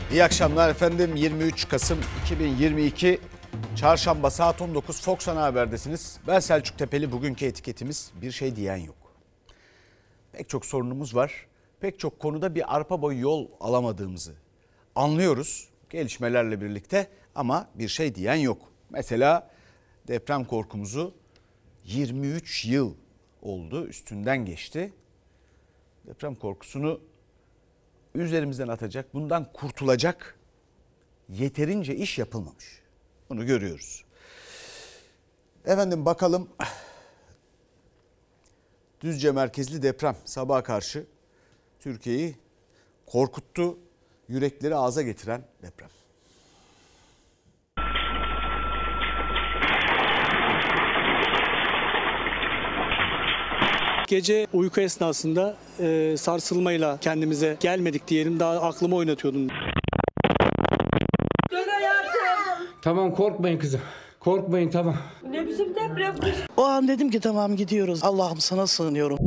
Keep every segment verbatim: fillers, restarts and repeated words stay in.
İyi akşamlar efendim. yirmi üç Kasım iki bin yirmi iki Çarşamba saat on dokuz Fox Ana Haber'desiniz. Ben Selçuk Tepeli. Bugünkü etiketimiz bir şey diyen yok. Pek çok sorunumuz var. Pek çok konuda bir arpa boyu yol alamadığımızı anlıyoruz gelişmelerle birlikte ama bir şey diyen yok. Mesela deprem korkumuzu yirmi üç yıl oldu, üstünden geçti. Deprem korkusunu üzerimizden atacak, bundan kurtulacak yeterince iş yapılmamış. Bunu görüyoruz. Efendim bakalım, Düzce merkezli deprem sabaha karşı Türkiye'yi korkuttu, yürekleri ağza getiren deprem. Gece uyku esnasında e, sarsılmayla kendimize gelmedik diyelim, daha aklımı oynatıyordum. Tamam, korkmayın kızım. Korkmayın, tamam. Ne biçim deprem? O an dedim ki tamam gidiyoruz. Allah'ım sana sığınıyorum.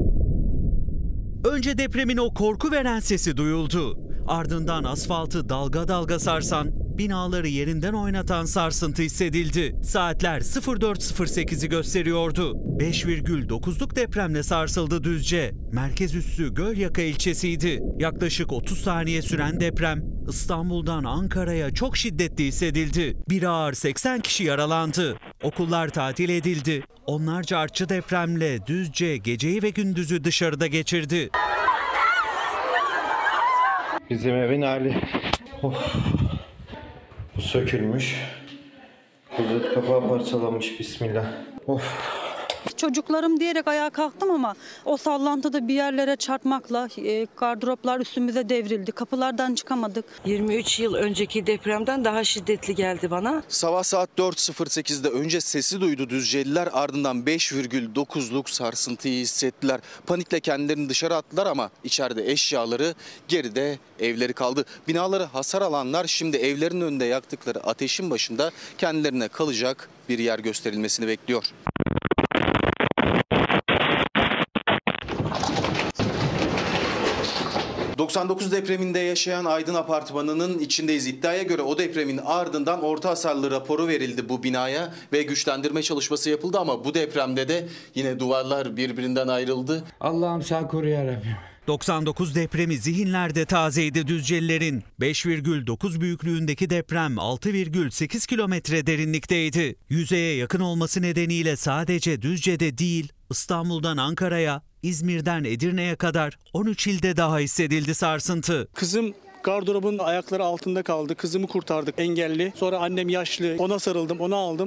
Önce depremin o korku veren sesi duyuldu. Ardından asfaltı dalga dalga sarsan, binaları yerinden oynatan sarsıntı hissedildi. Saatler dört sıfır sekizi gösteriyordu. beş virgül dokuzluk depremle sarsıldı Düzce. Merkez üssü Gölyaka ilçesiydi. Yaklaşık otuz saniye süren deprem İstanbul'dan Ankara'ya çok şiddetli hissedildi. Bir ağır seksen kişi yaralandı. Okullar tatil edildi. Onlarca artçı depremle Düzce geceyi ve gündüzü dışarıda geçirdi. Bizim evin hali. Of. Bu sökülmüş. Klozet kapağı parçalanmış. Bismillah. Of. Çocuklarım diyerek ayağa kalktım ama o sallantıda bir yerlere çarpmakla e, gardıroplar üstümüze devrildi. Kapılardan çıkamadık. yirmi üç yıl önceki depremden daha şiddetli geldi bana. Sabah saat dört sıfır sekizde önce sesi duydu Düzceliler, ardından beş virgül dokuzluk sarsıntıyı hissettiler. Panikle kendilerini dışarı attılar ama içeride eşyaları, geride evleri kaldı. Binaları hasar alanlar şimdi evlerin önünde yaktıkları ateşin başında kendilerine kalacak bir yer gösterilmesini bekliyor. doksan dokuz depreminde yaşayan Aydın Apartmanı'nın içindeyiz. İddiaya göre o depremin ardından orta hasarlı raporu verildi bu binaya ve güçlendirme çalışması yapıldı ama bu depremde de yine duvarlar birbirinden ayrıldı. Allah'ım sen koru yarabbim. doksan dokuz depremi zihinlerde tazeydi Düzcelilerin. beş virgül dokuz büyüklüğündeki deprem altı virgül sekiz kilometre derinlikteydi. Yüzeye yakın olması nedeniyle sadece Düzce'de değil, İstanbul'dan Ankara'ya, İzmir'den Edirne'ye kadar on üç ilde daha hissedildi sarsıntı. Kızım gardırobun ayakları altında kaldı. Kızımı kurtardık, engelli. Sonra annem yaşlı. Ona sarıldım, ona aldım.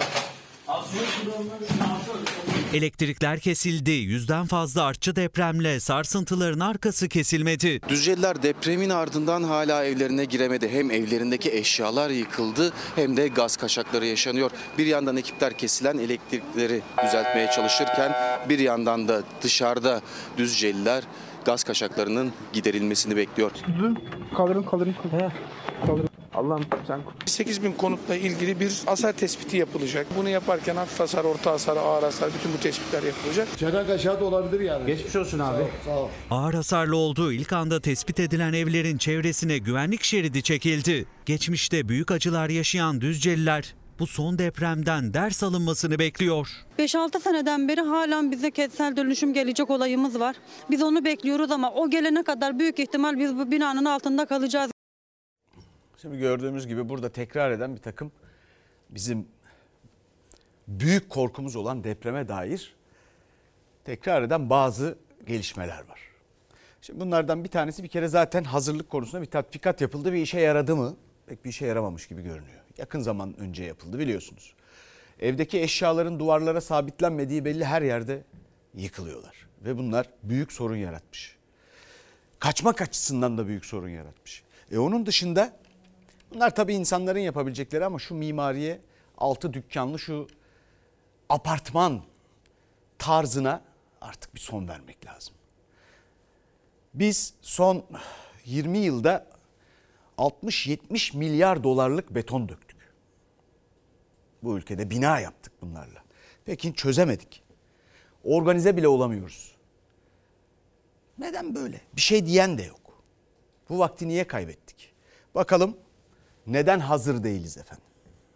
Elektrikler kesildi. Yüzden fazla artçı depremle sarsıntıların arkası kesilmedi. Düzceliler depremin ardından hala evlerine giremedi. Hem evlerindeki eşyalar yıkıldı hem de gaz kaçakları yaşanıyor. Bir yandan ekipler kesilen elektrikleri düzeltmeye çalışırken bir yandan da dışarıda Düzceliler gaz kaçaklarının giderilmesini bekliyor. Kaldırın, kaldırın, kaldırın. Allah'ım sen sekiz bin konutla ilgili bir hasar tespiti yapılacak. Bunu yaparken hafif hasar, orta hasar, ağır hasar, bütün bu tespitler yapılacak. Çanak aşağı da olabilir yani. Geçmiş olsun abi. Sağ ol, sağ ol. Ağır hasarlı olduğu ilk anda tespit edilen evlerin çevresine güvenlik şeridi çekildi. Geçmişte büyük acılar yaşayan Düzceliler bu son depremden ders alınmasını bekliyor. beş altı seneden beri halen bize kentsel dönüşüm gelecek olayımız var. Biz onu bekliyoruz ama o gelene kadar büyük ihtimal biz bu binanın altında kalacağız. Şimdi gördüğümüz gibi burada tekrar eden bir takım bizim büyük korkumuz olan depreme dair tekrar eden bazı gelişmeler var. Şimdi bunlardan bir tanesi, bir kere zaten hazırlık konusunda bir tatbikat yapıldı. Bir işe yaradı mı? Pek bir işe yaramamış gibi görünüyor. Yakın zaman önce yapıldı biliyorsunuz. Evdeki eşyaların duvarlara sabitlenmediği belli, her yerde yıkılıyorlar. Ve bunlar büyük sorun yaratmış. Kaçmak açısından da büyük sorun yaratmış. E onun dışında bunlar tabii insanların yapabilecekleri ama şu mimariye, altı dükkanlı şu apartman tarzına artık bir son vermek lazım. Biz son yirmi yılda altmış yetmiş milyar dolarlık beton döktük. Bu ülkede bina yaptık bunlarla. Peki çözemedik. Organize bile olamıyoruz. Neden böyle? Bir şey diyen de yok. Bu vakti niye kaybettik? Bakalım neden hazır değiliz efendim?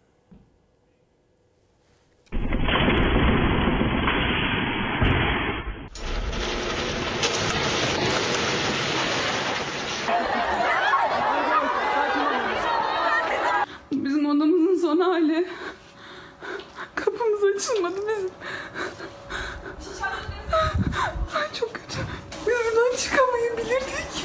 Bizim odamızın son hali. Kapımız açılmadı bizim. Ay çok kötü. Biz buradan çıkamayabilirdik.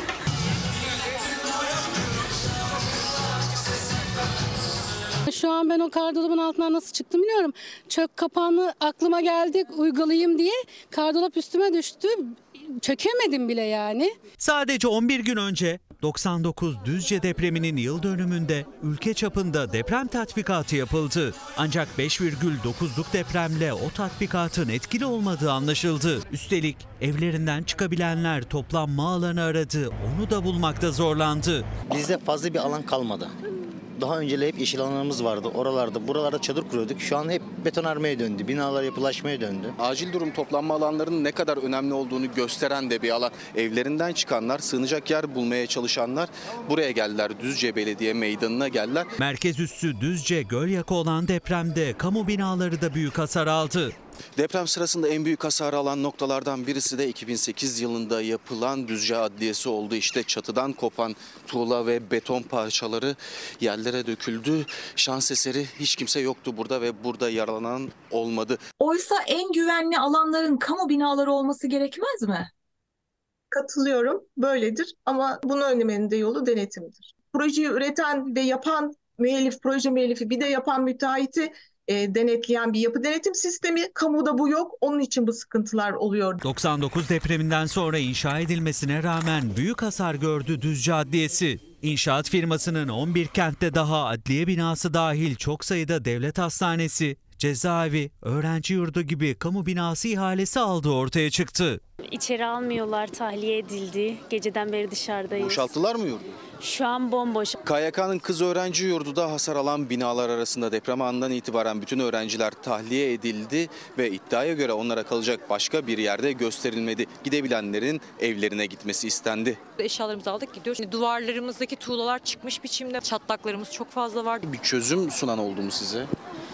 Şu an ben o kardolabın altından nasıl çıktım bilmiyorum. Çök kapağını aklıma geldi uygulayayım diye kardolap üstüme düştü. Çökemedim bile yani. Sadece on bir gün önce doksan dokuz Düzce depreminin yıl dönümünde ülke çapında deprem tatbikatı yapıldı. Ancak beş virgül dokuzluk depremle o tatbikatın etkili olmadığı anlaşıldı. Üstelik evlerinden çıkabilenler toplanma alanı aradı, onu da bulmakta zorlandı. Bizde fazla bir alan kalmadı. Daha önce hep yeşil alanlarımız vardı. Oralarda, buralarda çadır kuruyorduk. Şu an hep betonarmeye döndü. Binalar yapılaşmaya döndü. Acil durum toplanma alanlarının ne kadar önemli olduğunu gösteren de bir alan. Evlerinden çıkanlar, sığınacak yer bulmaya çalışanlar buraya geldiler. Düzce Belediye Meydanı'na geldiler. Merkez üssü Düzce Gölyaka olan depremde kamu binaları da büyük hasar aldı. Deprem sırasında en büyük hasarı alan noktalardan birisi de iki bin sekiz yılında yapılan Düzce Adliyesi oldu. İşte çatıdan kopan tuğla ve beton parçaları yerlere döküldü. Şans eseri hiç kimse yoktu burada ve burada yaralanan olmadı. Oysa en güvenli alanların kamu binaları olması gerekmez mi? Katılıyorum, böyledir ama bunu önlemenin de yolu denetimdir. Projeyi üreten ve yapan müellif, proje müellifi bir de yapan müteahhiti E, denetleyen bir yapı denetim sistemi. Kamuda bu yok. Onun için bu sıkıntılar oluyor. doksan dokuz depreminden sonra inşa edilmesine rağmen büyük hasar gördü Düzce Adliyesi. İnşaat firmasının on bir kentte daha adliye binası dahil çok sayıda devlet hastanesi, cezaevi, öğrenci yurdu gibi kamu binası ihalesi aldığı ortaya çıktı. İçeri almıyorlar, tahliye edildi. Geceden beri dışarıdayız. Boşalttılar mı yurdu? Şu an bomboş. K Y K'nın kız öğrenci yurdu da hasar alan binalar arasında. Deprem anından itibaren bütün öğrenciler tahliye edildi ve iddiaya göre onlara kalacak başka bir yerde gösterilmedi. Gidebilenlerin evlerine gitmesi istendi. Eşyalarımızı aldık, gidiyoruz. Şimdi duvarlarımızdaki tuğlalar çıkmış biçimde. Çatlaklarımız çok fazla var. Bir çözüm sunan oldu mu size?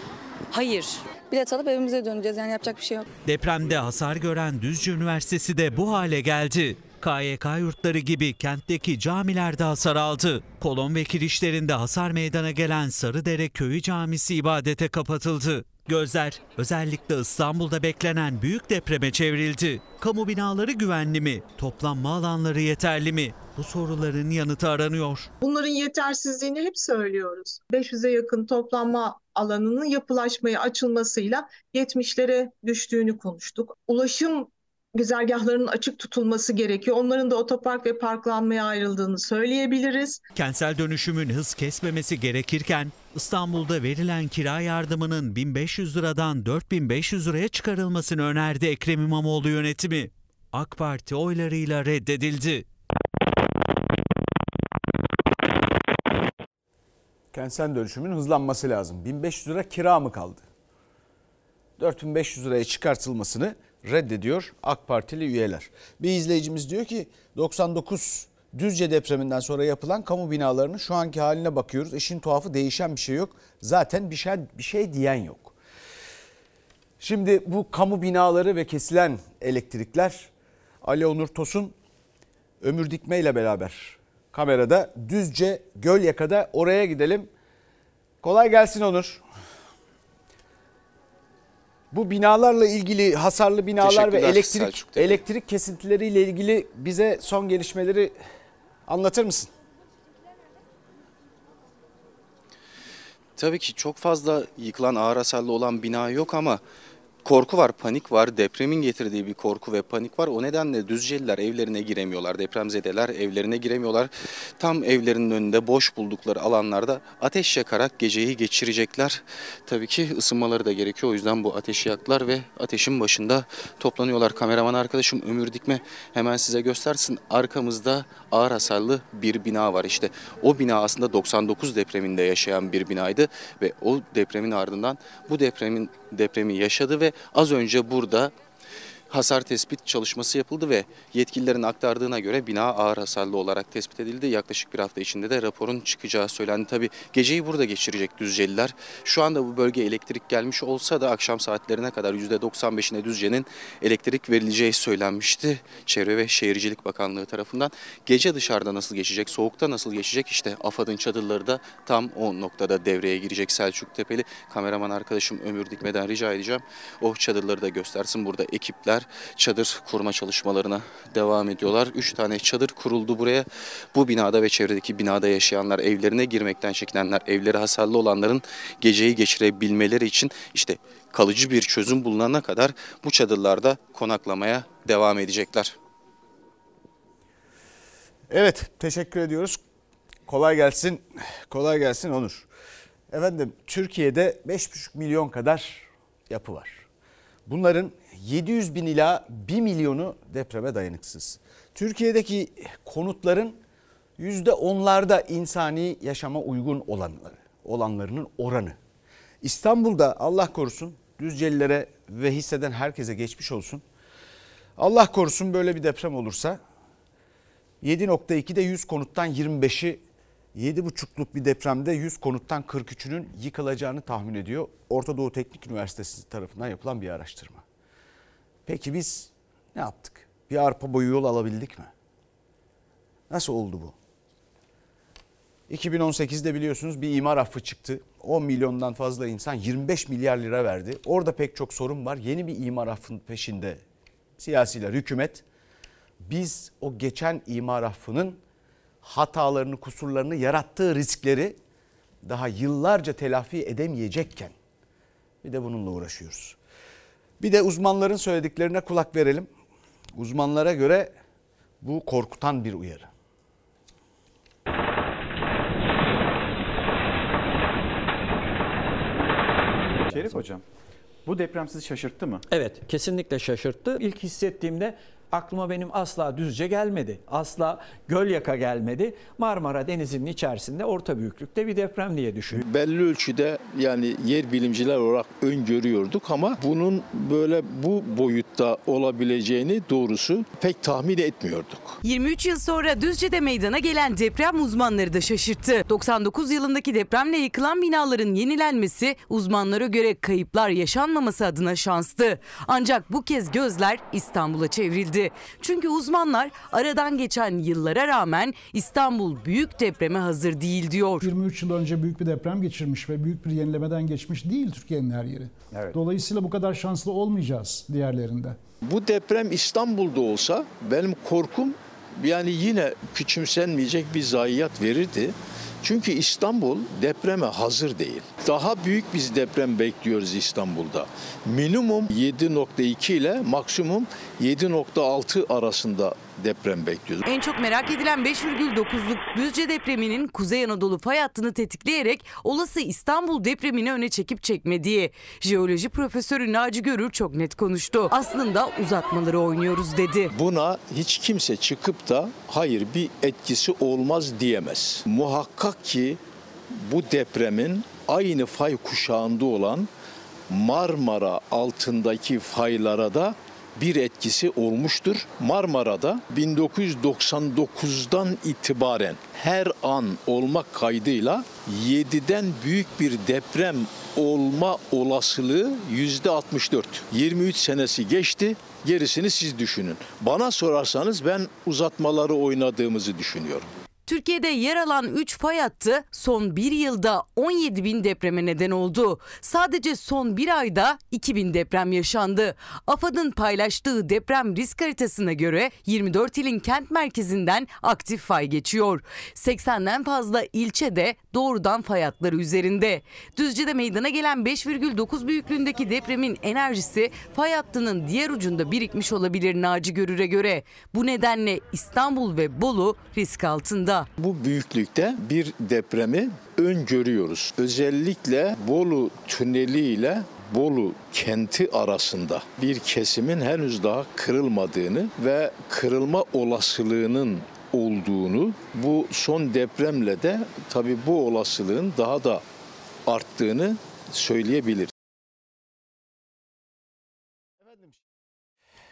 Hayır. Bilet alıp evimize döneceğiz, yani yapacak bir şey yok. Depremde hasar gören Düzce Üniversitesi de bu hale geldi. K Y K yurtları gibi kentteki camilerde hasar aldı. Kolon ve kirişlerinde hasar meydana gelen Sarıdere Köyü Camisi ibadete kapatıldı. Gözler özellikle İstanbul'da beklenen büyük depreme çevrildi. Kamu binaları güvenli mi? Toplanma alanları yeterli mi? Bu soruların yanıtı aranıyor. Bunların yetersizliğini hep söylüyoruz. beş yüze yakın toplanma alanının yapılaşmaya açılmasıyla yetmişlere düştüğünü konuştuk. Ulaşım güzergahlarının açık tutulması gerekiyor. Onların da otopark ve parklanmaya ayrıldığını söyleyebiliriz. Kentsel dönüşümün hız kesmemesi gerekirken İstanbul'da verilen kira yardımının bin beş yüz liradan dört bin beş yüz liraya çıkarılmasını önerdi Ekrem İmamoğlu yönetimi. AK Parti oylarıyla reddedildi. Kentsel dönüşümün hızlanması lazım. bin beş yüz lira kira mı kaldı? dört bin beş yüz liraya çıkartılmasını reddediyor AK Partili üyeler. Bir izleyicimiz diyor ki doksan dokuz Düzce depreminden sonra yapılan kamu binalarının şu anki haline bakıyoruz. İşin tuhafı değişen bir şey yok. Zaten bir şey, bir şey diyen yok. Şimdi bu kamu binaları ve kesilen elektrikler, Ali Onur Tosun Ömür Dikme ile beraber kamerada Düzce Gölyaka'da, oraya gidelim. Kolay gelsin Onur. Bu binalarla ilgili, hasarlı binalar ve elektrik elektrik kesintileriyle ilgili bize son gelişmeleri anlatır mısın? Tabii ki çok fazla yıkılan, ağır hasarlı olan bina yok ama korku var, panik var. Depremin getirdiği bir korku ve panik var. O nedenle Düzceliler evlerine giremiyorlar. Depremzedeler evlerine giremiyorlar. Tam evlerinin önünde boş buldukları alanlarda ateş yakarak geceyi geçirecekler. Tabii ki ısınmaları da gerekiyor. O yüzden bu ateşi yaktılar ve ateşin başında toplanıyorlar. Kameraman arkadaşım Ömür Dikme hemen size göstersin. Arkamızda ağır hasarlı bir bina var. İşte o bina aslında doksan dokuz depreminde yaşayan bir binaydı ve o depremin ardından bu depremin depremi yaşadı ve az önce burada hasar tespit çalışması yapıldı ve yetkililerin aktardığına göre bina ağır hasarlı olarak tespit edildi. Yaklaşık bir hafta içinde de raporun çıkacağı söylendi. Tabii geceyi burada geçirecek Düzceliler. Şu anda bu bölgeye elektrik gelmiş olsa da akşam saatlerine kadar yüzde doksan beşine Düzce'nin elektrik verileceği söylenmişti. Çevre ve Şehircilik Bakanlığı tarafından. Gece dışarıda nasıl geçecek, soğukta nasıl geçecek? İşte AFAD'ın çadırları da tam o noktada devreye girecek. Selçuk Tepeli kameraman arkadaşım Ömür Dikme'den rica edeceğim. O çadırları da göstersin. Burada ekipler çadır kurma çalışmalarına devam ediyorlar. Üç tane çadır kuruldu buraya. Bu binada ve çevredeki binada yaşayanlar, evlerine girmekten çekinenler, evleri hasarlı olanların geceyi geçirebilmeleri için işte kalıcı bir çözüm bulunana kadar bu çadırlarda konaklamaya devam edecekler. Evet, teşekkür ediyoruz. Kolay gelsin. Kolay gelsin Onur. Efendim, Türkiye'de beş buçuk milyon kadar yapı var. Bunların yedi yüz bin ila bir milyonu depreme dayanıksız. Türkiye'deki konutların yüzde onlarda insani yaşama uygun olanları, olanlarının oranı. İstanbul'da Allah korusun, Düzcelilere ve hisseden herkese geçmiş olsun. Allah korusun böyle bir deprem olursa yedi nokta iki'de yüz konuttan yirmi beşi, yedi buçukluk bir depremde yüz konuttan kırk üçünün yıkılacağını tahmin ediyor Orta Doğu Teknik Üniversitesi tarafından yapılan bir araştırma. Peki biz ne yaptık? Bir arpa boyu yol alabildik mi? Nasıl oldu bu? iki bin on sekiz'de biliyorsunuz bir imar affı çıktı. on milyondan fazla insan yirmi beş milyar lira verdi. Orada pek çok sorun var. Yeni bir imar affının peşinde siyasiler, hükümet. Biz o geçen imar affının hatalarını, kusurlarını, yarattığı riskleri daha yıllarca telafi edemeyecekken bir de bununla uğraşıyoruz. Bir de uzmanların söylediklerine kulak verelim. Uzmanlara göre bu korkutan bir uyarı. Şerif Hocam, bu deprem sizi şaşırttı mı? Evet, kesinlikle şaşırttı. İlk hissettiğimde aklıma benim asla Düzce gelmedi. Asla Gölyaka gelmedi. Marmara Denizi'nin içerisinde orta büyüklükte bir deprem diye düşünüyorum. Belli ölçüde yani yer bilimciler olarak öngörüyorduk ama bunun böyle bu boyutta olabileceğini doğrusu pek tahmin etmiyorduk. yirmi üç yıl sonra Düzce'de meydana gelen deprem uzmanları da şaşırttı. doksan dokuz yılındaki depremle yıkılan binaların yenilenmesi uzmanlara göre kayıplar yaşanmaması adına şanstı. Ancak bu kez gözler İstanbul'a çevrildi. Çünkü uzmanlar aradan geçen yıllara rağmen İstanbul büyük depreme hazır değil diyor. yirmi üç yıl önce büyük bir deprem geçirmiş ve büyük bir yenilemeden geçmiş değil Türkiye'nin her yeri. Evet. Dolayısıyla bu kadar şanslı olmayacağız diğerlerinde. Bu deprem İstanbul'da olsa benim korkum yani yine küçümsenmeyecek bir zayiat verirdi. Çünkü İstanbul depreme hazır değil. Daha büyük bir deprem bekliyoruz İstanbul'da. Minimum yedi nokta iki ile maksimum yedi nokta altı arasında deprem bekliyoruz. En çok merak edilen beş virgül dokuzluk Düzce depreminin Kuzey Anadolu fay hattını tetikleyerek olası İstanbul depremini öne çekip çekmediği. Jeoloji profesörü Naci Görür çok net konuştu. Aslında uzatmaları oynuyoruz dedi. Buna hiç kimse çıkıp da hayır bir etkisi olmaz diyemez. Muhakkak ki bu depremin aynı fay kuşağında olan Marmara altındaki faylara da bir etkisi olmuştur. Marmara'da bin dokuz yüz doksan dokuz'dan itibaren her an olmak kaydıyla yedi'den büyük bir deprem olma olasılığı yüzde altmış dört. yirmi üç senesi geçti. Gerisini siz düşünün. Bana sorarsanız ben uzatmaları oynadığımızı düşünüyorum. Türkiye'de yer alan üç fay hattı son bir yılda on yedi bin depreme neden oldu. Sadece son bir ayda iki bin deprem yaşandı. AFAD'ın paylaştığı deprem risk haritasına göre yirmi dört ilin kent merkezinden aktif fay geçiyor. seksenden fazla ilçe de doğrudan fay hatları üzerinde. Düzce'de meydana gelen beş virgül dokuz büyüklüğündeki depremin enerjisi fay hattının diğer ucunda birikmiş olabilir Naci Görür'e göre. Bu nedenle İstanbul ve Bolu risk altında. Bu büyüklükte bir depremi öngörüyoruz. Özellikle Bolu Tüneli ile Bolu kenti arasında bir kesimin henüz daha kırılmadığını ve kırılma olasılığının olduğunu, bu son depremle de tabii bu olasılığın daha da arttığını söyleyebiliriz.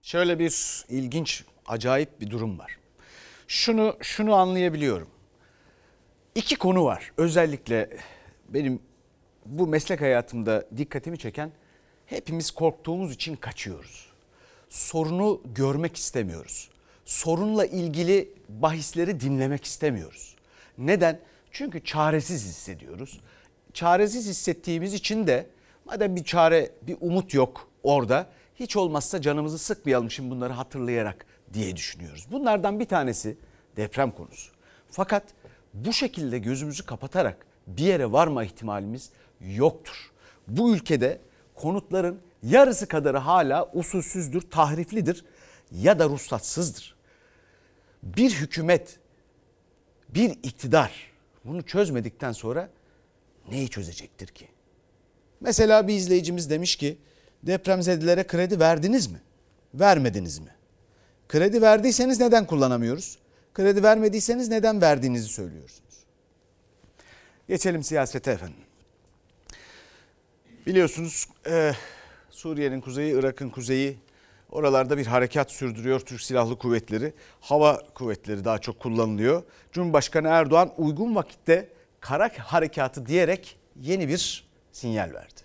Şöyle bir ilginç, acayip bir durum var. Şunu şunu anlayabiliyorum. İki konu var. Özellikle benim bu meslek hayatımda dikkatimi çeken, hepimiz korktuğumuz için kaçıyoruz. Sorunu görmek istemiyoruz. Sorunla ilgili bahisleri dinlemek istemiyoruz. Neden? Çünkü çaresiz hissediyoruz. Çaresiz hissettiğimiz için de madem bir çare, bir umut yok orada, hiç olmazsa canımızı sıkmayalım şimdi bunları hatırlayarak diye düşünüyoruz. Bunlardan bir tanesi deprem konusu. Fakat bu şekilde gözümüzü kapatarak bir yere varma ihtimalimiz yoktur. Bu ülkede konutların yarısı kadarı hala usulsüzdür, tahriflidir ya da ruhsatsızdır. Bir hükümet, bir iktidar bunu çözmedikten sonra neyi çözecektir ki? Mesela bir izleyicimiz demiş ki depremzedelere kredi verdiniz mi? Vermediniz mi? Kredi verdiyseniz neden kullanamıyoruz? Kredi vermediyseniz neden verdiğinizi söylüyorsunuz. Geçelim siyasete efendim. Biliyorsunuz e, Suriye'nin kuzeyi, Irak'ın kuzeyi, oralarda bir harekat sürdürüyor Türk Silahlı Kuvvetleri. Hava kuvvetleri daha çok kullanılıyor. Cumhurbaşkanı Erdoğan uygun vakitte kara harekatı diyerek yeni bir sinyal verdi.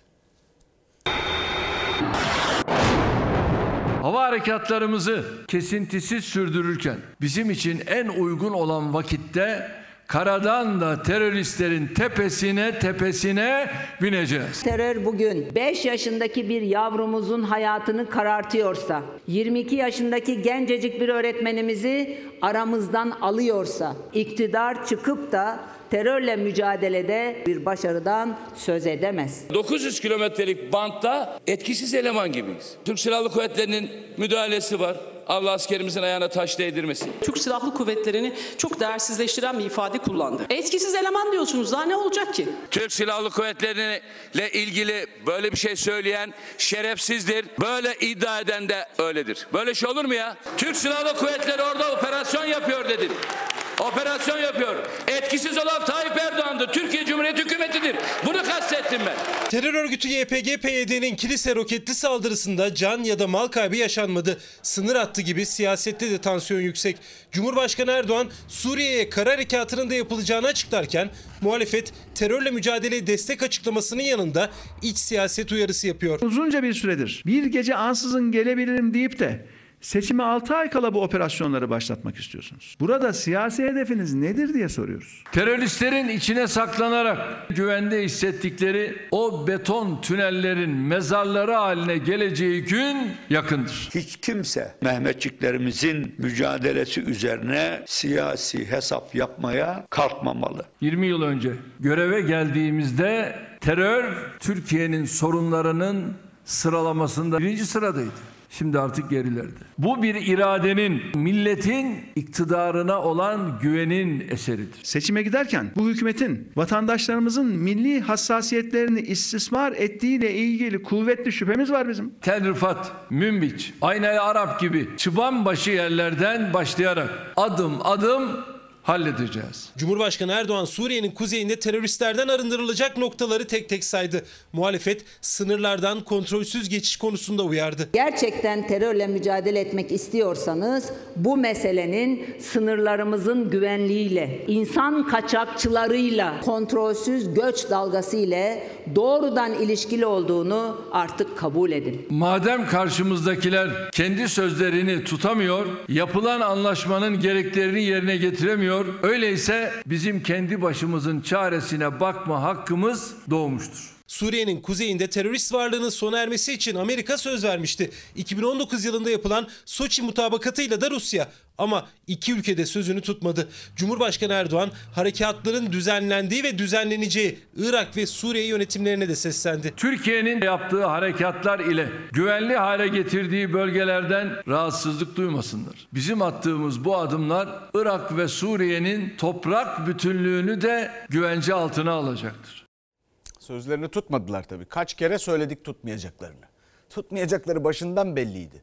Hava harekatlarımızı kesintisiz sürdürürken bizim için en uygun olan vakitte karadan da teröristlerin tepesine tepesine bineceğiz. Terör bugün beş yaşındaki bir yavrumuzun hayatını karartıyorsa, yirmi iki yaşındaki gencecik bir öğretmenimizi aramızdan alıyorsa, iktidar çıkıp da terörle mücadelede bir başarıdan söz edemez. dokuz yüz kilometrelik bantta etkisiz eleman gibiyiz. Türk Silahlı Kuvvetleri'nin müdahalesi var. Allah askerimizin ayağına taş değdirmesin. Türk Silahlı Kuvvetleri'ni çok değersizleştiren bir ifade kullandı. Etkisiz eleman diyorsunuz, daha ne olacak ki? Türk Silahlı Kuvvetleri'yle ilgili böyle bir şey söyleyen şerefsizdir. Böyle iddia eden de öyledir. Böyle şey olur mu ya? Türk Silahlı Kuvvetleri orada operasyon yapıyor dedin. Operasyon yapıyor. Etkisiz olan Tayyip Erdoğan'dır. Türkiye Cumhuriyeti hükümetidir. Bunu kastettim ben. Terör örgütü Y P G P Y D'nin kilise roketli saldırısında can ya da mal kaybı yaşanmadı. Sınır hattı gibi siyasette de tansiyon yüksek. Cumhurbaşkanı Erdoğan Suriye'ye kara harekatının da yapılacağını açıklarken muhalefet terörle mücadeleye destek açıklamasının yanında iç siyaset uyarısı yapıyor. Uzunca bir süredir bir gece ansızın gelebilirim deyip de seçime altı ay kala bu operasyonları başlatmak istiyorsunuz. Burada siyasi hedefiniz nedir diye soruyoruz. Teröristlerin içine saklanarak güvende hissettikleri o beton tünellerin mezarları haline geleceği gün yakındır. Hiç kimse Mehmetçiklerimizin mücadelesi üzerine siyasi hesap yapmaya kalkmamalı. yirmi yıl önce göreve geldiğimizde terör Türkiye'nin sorunlarının sıralamasında birinci sıradaydı. Şimdi artık gerilerde. Bu bir iradenin, milletin iktidarına olan güvenin eseridir. Seçime giderken bu hükümetin vatandaşlarımızın milli hassasiyetlerini istismar ettiğiyle ilgili kuvvetli şüphemiz var bizim. Tel Rifat, Münbiç, Aynel Arap gibi çıbanbaşı yerlerden başlayarak adım adım halledeceğiz. Cumhurbaşkanı Erdoğan Suriye'nin kuzeyinde teröristlerden arındırılacak noktaları tek tek saydı. Muhalefet sınırlardan kontrolsüz geçiş konusunda uyardı. Gerçekten terörle mücadele etmek istiyorsanız bu meselenin sınırlarımızın güvenliğiyle, insan kaçakçılarıyla, kontrolsüz göç dalgası ile doğrudan ilişkili olduğunu artık kabul edin. Madem karşımızdakiler kendi sözlerini tutamıyor, yapılan anlaşmanın gereklerini yerine getiremiyor, öyleyse bizim kendi başımızın çaresine bakma hakkımız doğmuştur. Suriye'nin kuzeyinde terörist varlığının sona ermesi için Amerika söz vermişti. iki bin on dokuz yılında yapılan Soçi mutabakatıyla da Rusya. Ama iki ülkede sözünü tutmadı. Cumhurbaşkanı Erdoğan harekatların düzenlendiği ve düzenleneceği Irak ve Suriye yönetimlerine de seslendi. Türkiye'nin yaptığı harekatlar ile güvenli hale getirdiği bölgelerden rahatsızlık duymasınlar. Bizim attığımız bu adımlar Irak ve Suriye'nin toprak bütünlüğünü de güvence altına alacaktır. Sözlerini tutmadılar tabii. Kaç kere söyledik tutmayacaklarını. Tutmayacakları başından belliydi.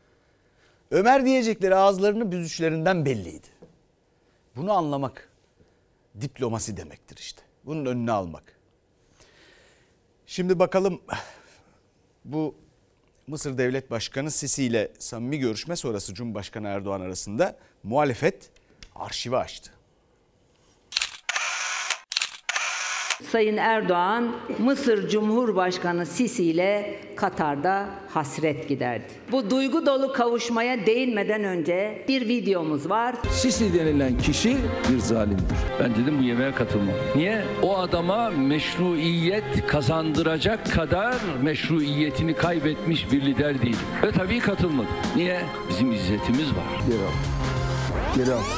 Ömer diyecekleri ağızlarını büzüşlerinden belliydi. Bunu anlamak diplomasi demektir işte. Bunun önüne almak. Şimdi bakalım bu Mısır Devlet Başkanı Sisi ile samimi görüşme sonrası Cumhurbaşkanı Erdoğan arasında muhalefet arşivi açtı. Sayın Erdoğan, Mısır Cumhurbaşkanı Sisi ile Katar'da hasret giderdi. Bu duygu dolu kavuşmaya değinmeden önce bir videomuz var. Sisi denilen kişi bir zalimdir. Ben dedim bu yemeğe katılmam. Niye? O adama meşruiyet kazandıracak kadar meşruiyetini kaybetmiş bir lider değil. Ve tabii katılmadım. Niye? Bizim izzetimiz var. Geri al. Geri al.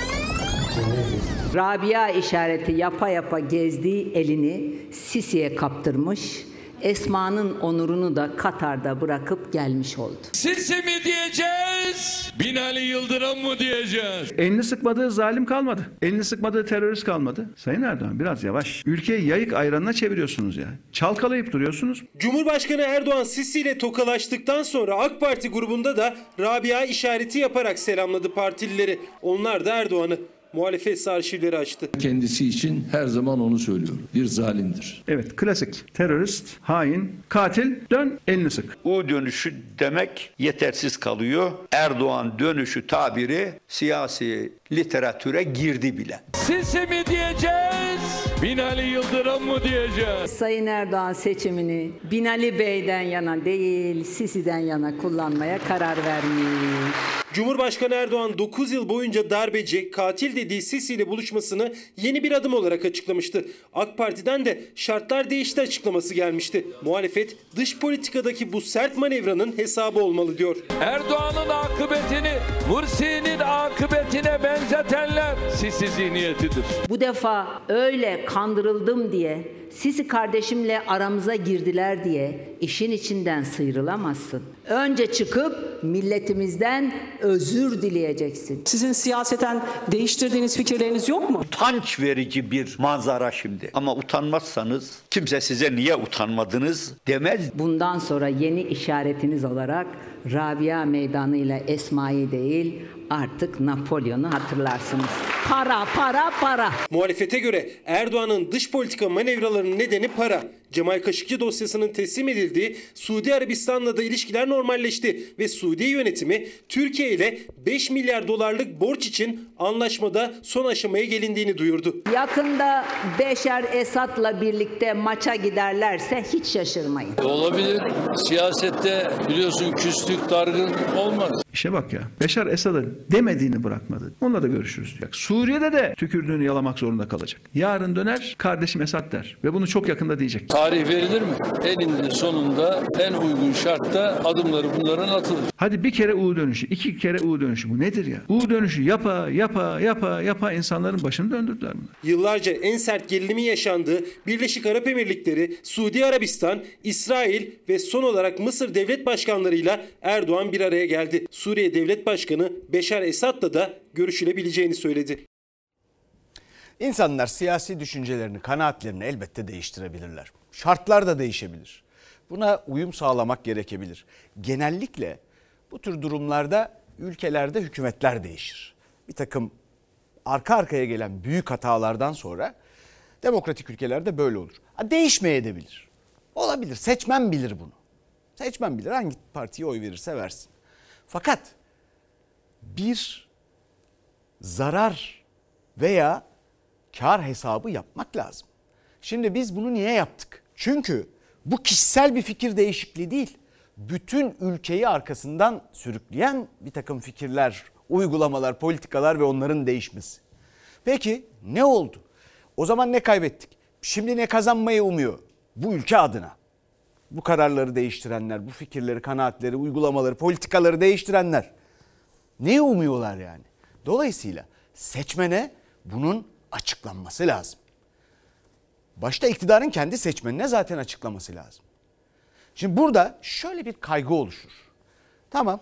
Rabia işareti yapa yapa gezdiği elini Sisi'ye kaptırmış, Esma'nın onurunu da Katar'da bırakıp gelmiş oldu. Sisi mi diyeceğiz? Binali Yıldırım mı diyeceğiz? Elini sıkmadığı zalim kalmadı. Elini sıkmadığı terörist kalmadı. Sayın Erdoğan biraz yavaş. Ülkeyi yayık ayranına çeviriyorsunuz ya. Çalkalayıp duruyorsunuz. Cumhurbaşkanı Erdoğan Sisi ile tokalaştıktan sonra AK Parti grubunda da Rabia işareti yaparak selamladı partilileri. Onlar da Erdoğan'ı. Muhalefet arşivleri açtı. Kendisi için her zaman onu söylüyor. Bir zalimdir. Evet, klasik. Terörist, hain, katil, dön elini sık. U dönüşü demek yetersiz kalıyor. Erdoğan dönüşü tabiri siyasi literatüre girdi bile. Sisi mi diyeceğiz? Binali Yıldırım mı diyeceğiz? Sayın Erdoğan seçimini Binali Bey'den yana değil, Sisi'den yana kullanmaya karar vermiş. Cumhurbaşkanı Erdoğan dokuz yıl boyunca darbeci, katil dediği Sisi ile buluşmasını yeni bir adım olarak açıklamıştı. AK Parti'den de şartlar değişti açıklaması gelmişti. Muhalefet dış politikadaki bu sert manevranın hesabı olmalı diyor. Erdoğan'ın akıbetini Mursi'nin akıbetine benzetenler Sisi zihniyetidir. Bu defa öyle kandırıldım diye, Sisi kardeşimle aramıza girdiler diye işin içinden sıyrılamazsın. Önce çıkıp milletimizden özür dileyeceksin. Sizin siyaseten değiştirdiğiniz fikirleriniz yok mu? Utanç verici bir manzara şimdi. Ama utanmazsanız kimse size niye utanmadınız demez. Bundan sonra yeni işaretiniz olarak Rabia Meydanı ile Esma'yı değil, artık Napolyon'u hatırlarsınız. Para, para, para. Muhalefete göre Erdoğan'ın dış politika manevralarının nedeni para. Cemal Kaşıkçı dosyasının teslim edildiği Suudi Arabistan'la da ilişkiler normalleşti ve Suudi yönetimi Türkiye ile beş milyar dolarlık borç için anlaşmada son aşamaya gelindiğini duyurdu. Yakında Beşar Esad'la birlikte maça giderlerse hiç şaşırmayın. Olabilir. Siyasette biliyorsun küslük, dargın olmaz. İşe bak ya. Beşar Esad'ın demediğini bırakmadı. Onunla da görüşürüz diyor. Suriye'de de tükürdüğünü yalamak zorunda kalacak. Yarın döner kardeşim Esad der ve bunu çok yakında diyecek. Tarih verilir mi? Eninde sonunda en uygun şartta adımları bunların atılır. Hadi bir kere U dönüşü, iki kere U dönüşü. Bu nedir ya? U dönüşü yapa yapa yapa yapa insanların başını döndürdüler bunu. Yıllarca en sert gerilimin yaşandığı Birleşik Arap Emirlikleri, Suudi Arabistan, İsrail ve son olarak Mısır devlet başkanlarıyla Erdoğan bir araya geldi. Suriye Devlet Başkanı Beşar Esad'la da görüşülebileceğini söyledi. İnsanlar siyasi düşüncelerini, kanaatlerini elbette değiştirebilirler. Şartlar da değişebilir. Buna uyum sağlamak gerekebilir. Genellikle bu tür durumlarda ülkelerde hükümetler değişir. Bir takım arka arkaya gelen büyük hatalardan sonra demokratik ülkelerde böyle olur. Ha, değişmeyebilir. Olabilir. Seçmen bilir bunu. Seçmen bilir hangi partiye oy verirse versin. Fakat bir zarar veya kar hesabı yapmak lazım. Şimdi biz bunu niye yaptık? Çünkü bu kişisel bir fikir değişikliği değil. Bütün ülkeyi arkasından sürükleyen bir takım fikirler, uygulamalar, politikalar ve onların değişmesi. Peki ne oldu? O zaman ne kaybettik? Şimdi ne kazanmayı umuyor bu ülke adına? Bu kararları değiştirenler, bu fikirleri, kanaatleri, uygulamaları, politikaları değiştirenler neyi umuyorlar yani? Dolayısıyla seçmene bunun açıklanması lazım. Başta iktidarın kendi seçmenine zaten açıklaması lazım. Şimdi burada şöyle bir kaygı oluşur. Tamam.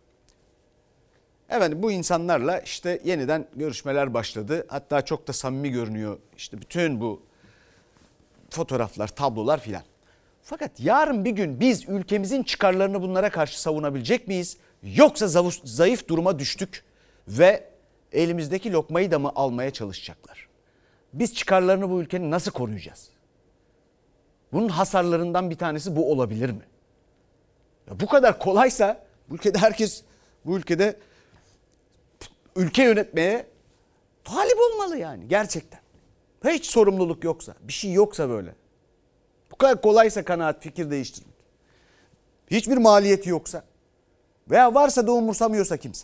Evet, bu insanlarla işte yeniden görüşmeler başladı. Hatta çok da samimi görünüyor. İşte bütün bu fotoğraflar, tablolar filan. Fakat yarın bir gün biz ülkemizin çıkarlarını bunlara karşı savunabilecek miyiz? Yoksa zayıf duruma düştük ve elimizdeki lokmayı da mı almaya çalışacaklar? Biz çıkarlarını bu ülkenin nasıl koruyacağız? Bunun hasarlarından bir tanesi bu olabilir mi? Ya bu kadar kolaysa bu ülkede herkes bu ülkede ülke yönetmeye talip olmalı yani gerçekten. Hiç sorumluluk yoksa, bir şey yoksa böyle. Bu kadar kolaysa kanaat, fikir değiştirmek. Hiçbir maliyeti yoksa veya varsa da umursamıyorsa kimse.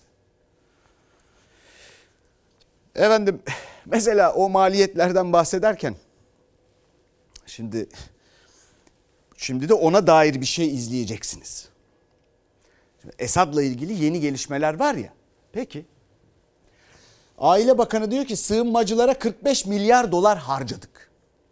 Efendim mesela o maliyetlerden bahsederken şimdi şimdi de ona dair bir şey izleyeceksiniz. Şimdi Esad'la ilgili yeni gelişmeler var ya. Peki. Aile Bakanı diyor ki sığınmacılara kırk beş milyar dolar harcadık.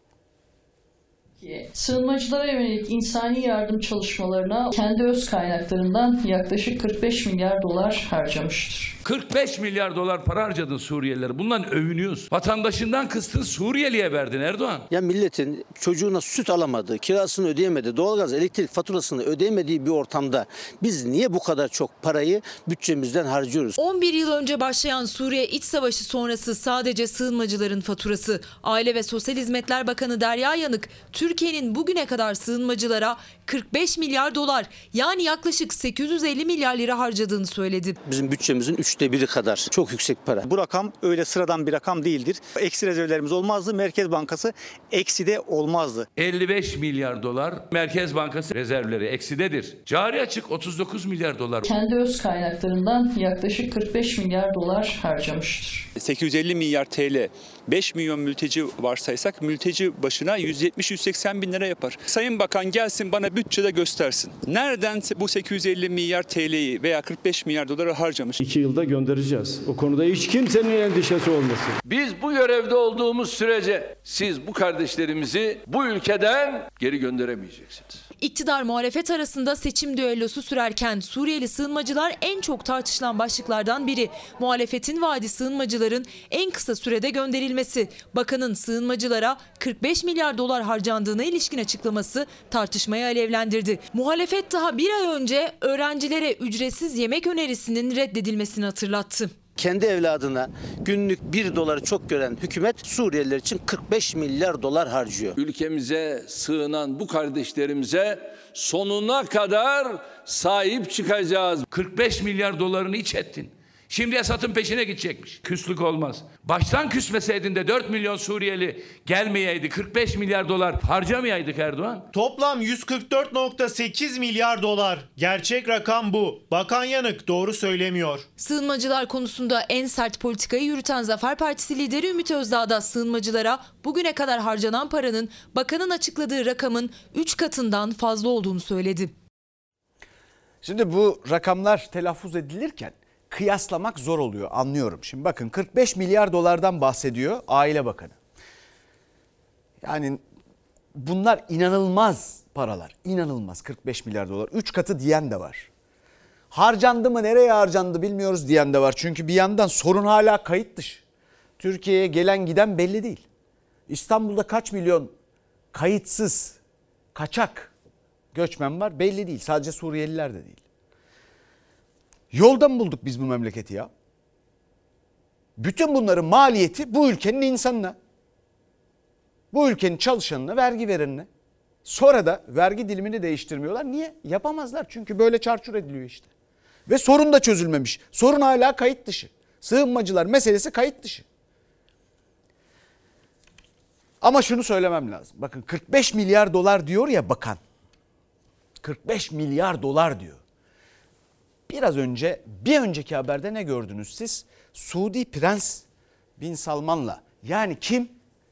Sığınmacılara yönelik insani yardım çalışmalarına kendi öz kaynaklarından yaklaşık kırk beş milyar dolar harcamıştır. kırk beş milyar dolar para harcadın Suriyelilere. Bundan övünüyorsun. Vatandaşından kıstın Suriyeli'ye verdin Erdoğan. Ya milletin çocuğuna süt alamadığı, kirasını ödeyemedi, doğalgaz, elektrik faturasını ödeyemediği bir ortamda biz niye bu kadar çok parayı bütçemizden harcıyoruz? on bir yıl önce başlayan Suriye İç Savaşı sonrası sadece sığınmacıların faturası. Aile ve Sosyal Hizmetler Bakanı Derya Yanık, Türkiye'nin bugüne kadar sığınmacılara kırk beş milyar dolar yani yaklaşık sekiz yüz elli milyar lira harcadığını söyledi. Bizim bütçemizin üçte biri kadar. Çok yüksek para. Bu rakam öyle sıradan bir rakam değildir. Eksi rezervlerimiz olmazdı. Merkez Bankası ekside olmazdı. elli beş milyar dolar Merkez Bankası rezervleri eksidedir. Cari açık otuz dokuz milyar dolar. Kendi öz kaynaklarından yaklaşık kırk beş milyar dolar harcamıştır. sekiz yüz elli milyar T L, beş milyon mülteci varsaysak mülteci başına yüz yetmiş yüz seksen bin lira yapar. Sayın Bakan gelsin bana bütçede göstersin. Nereden bu sekiz yüz elli milyar T L'yi veya kırk beş milyar doları harcamış? İki yılda göndereceğiz. O konuda hiç kimsenin endişesi olmasın. Biz bu görevde olduğumuz sürece siz bu kardeşlerimizi bu ülkeden geri gönderemeyeceksiniz. İktidar muhalefet arasında seçim düellosu sürerken Suriyeli sığınmacılar en çok tartışılan başlıklardan biri. Muhalefetin vaadi sığınmacıların en kısa sürede gönderilmesi. Bakanın sığınmacılara kırk beş milyar dolar harcandığına ilişkin açıklaması tartışmayı alevlendirdi. Muhalefet daha bir ay önce öğrencilere ücretsiz yemek önerisinin reddedilmesini hatırlattı. Kendi evladına günlük bir doları çok gören hükümet Suriyeliler için kırk beş milyar dolar harcıyor. Ülkemize sığınan bu kardeşlerimize sonuna kadar sahip çıkacağız. kırk beş milyar dolarını iç ettin. Şimdi Esad'ın peşine gidecekmiş. Küslük olmaz. Baştan küsmeseydin de dört milyon Suriyeli gelmeyeydi. kırk beş milyar dolar harcamayaydık Erdoğan. Toplam yüz kırk dört virgül sekiz milyar dolar. Gerçek rakam bu. Bakan Yanık doğru söylemiyor. Sığınmacılar konusunda en sert politikayı yürüten Zafer Partisi lideri Ümit Özdağ da sığınmacılara bugüne kadar harcanan paranın bakanın açıkladığı rakamın üç katından fazla olduğunu söyledi. Şimdi bu rakamlar telaffuz edilirken kıyaslamak zor oluyor, anlıyorum. Şimdi bakın kırk beş milyar dolardan bahsediyor Aile Bakanı. Yani bunlar inanılmaz paralar. İnanılmaz kırk beş milyar dolar. üç katı diyen de var. Harcandı mı, nereye harcandı bilmiyoruz diyen de var. Çünkü bir yandan sorun hala kayıt dışı. Türkiye'ye gelen giden belli değil. İstanbul'da kaç milyon kayıtsız, kaçak göçmen var belli değil. Sadece Suriyeliler de değil. Yolda mı bulduk biz bu memleketi ya? Bütün bunların maliyeti bu ülkenin insanına, bu ülkenin çalışanına, vergi verenine. Sonra da vergi dilimini değiştirmiyorlar. Niye? Yapamazlar çünkü böyle çarçur ediliyor işte. Ve sorun da çözülmemiş. Sorun hala kayıt dışı. Sığınmacılar meselesi kayıt dışı. Ama şunu söylemem lazım. Bakın kırk beş milyar dolar diyor ya bakan. kırk beş milyar dolar diyor. Biraz önce bir önceki haberde ne gördünüz siz? Suudi Prens Bin Salman'la, yani kim?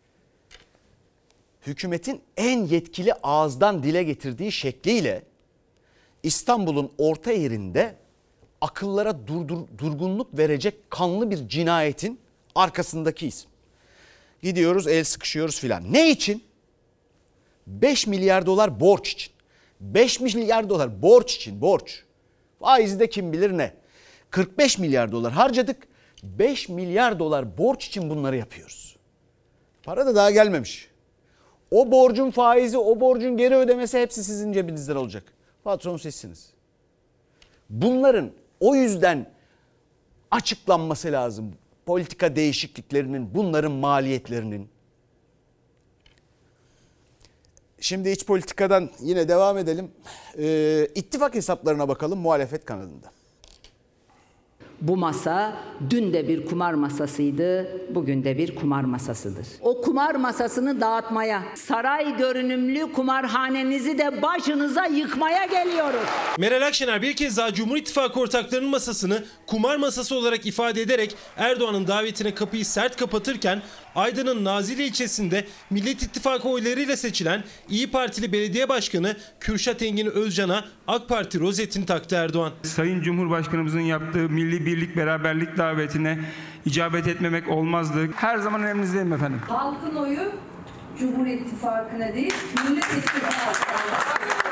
Hükümetin en yetkili ağızdan dile getirdiği şekliyle İstanbul'un orta yerinde akıllara durdur, durgunluk verecek kanlı bir cinayetin arkasındaki isim. Gidiyoruz, el sıkışıyoruz filan. Ne için? beş milyar dolar borç için. beş milyar dolar borç için, borç. Faizi de kim bilir ne. kırk beş milyar dolar harcadık. beş milyar dolar borç için bunları yapıyoruz. Para da daha gelmemiş. O borcun faizi, o borcun geri ödemesi hepsi sizin cebinizden olacak. Patron sizsiniz. Bunların o yüzden açıklanması lazım. Politika değişikliklerinin, bunların maliyetlerinin. Şimdi iç politikadan yine devam edelim. Ee, ittifak hesaplarına bakalım muhalefet kanadında. Bu masa dün de bir kumar masasıydı, bugün de bir kumar masasıdır. O kumar masasını dağıtmaya, saray görünümlü kumarhanenizi de başınıza yıkmaya geliyoruz. Meral Akşener bir kez daha Cumhur İttifakı ortaklarının masasını kumar masası olarak ifade ederek Erdoğan'ın davetine kapıyı sert kapatırken Aydın'ın Nazilli ilçesinde Millet İttifakı oylarıyla seçilen İyi Partili Belediye Başkanı Kürşat Engin Özcan'a AK Parti rozetini taktı Erdoğan. Sayın Cumhurbaşkanımızın yaptığı milli birlik beraberlik davetine icabet etmemek olmazdı. Her zaman emrinizdeyim efendim. Halkın oyu Cumhur İttifakı'na değil, Millet İttifakı'na.